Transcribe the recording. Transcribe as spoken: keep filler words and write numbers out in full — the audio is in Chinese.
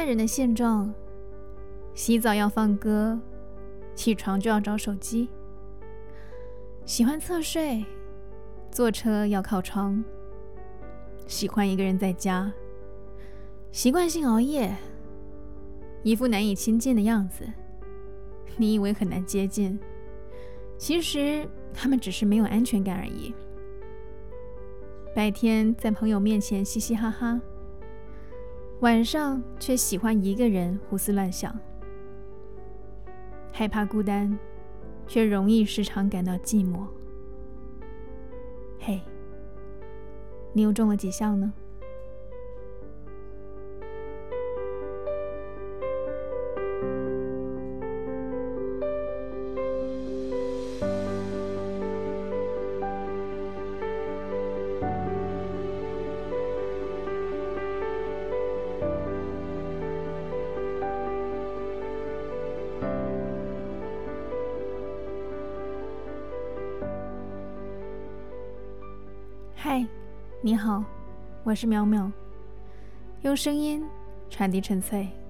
万人的现状：洗澡要放歌，起床就要找手机；喜欢侧睡，坐车要靠窗；喜欢一个人在家，习惯性熬夜，一副难以亲近的样子。你以为很难接近，其实他们只是没有安全感而已。白天在朋友面前嘻嘻哈哈，晚上却喜欢一个人胡思乱想。害怕孤单，却容易时常感到寂寞。嘿，你又中了几项呢？嗨，你好，我是淼淼，用声音传递纯粹。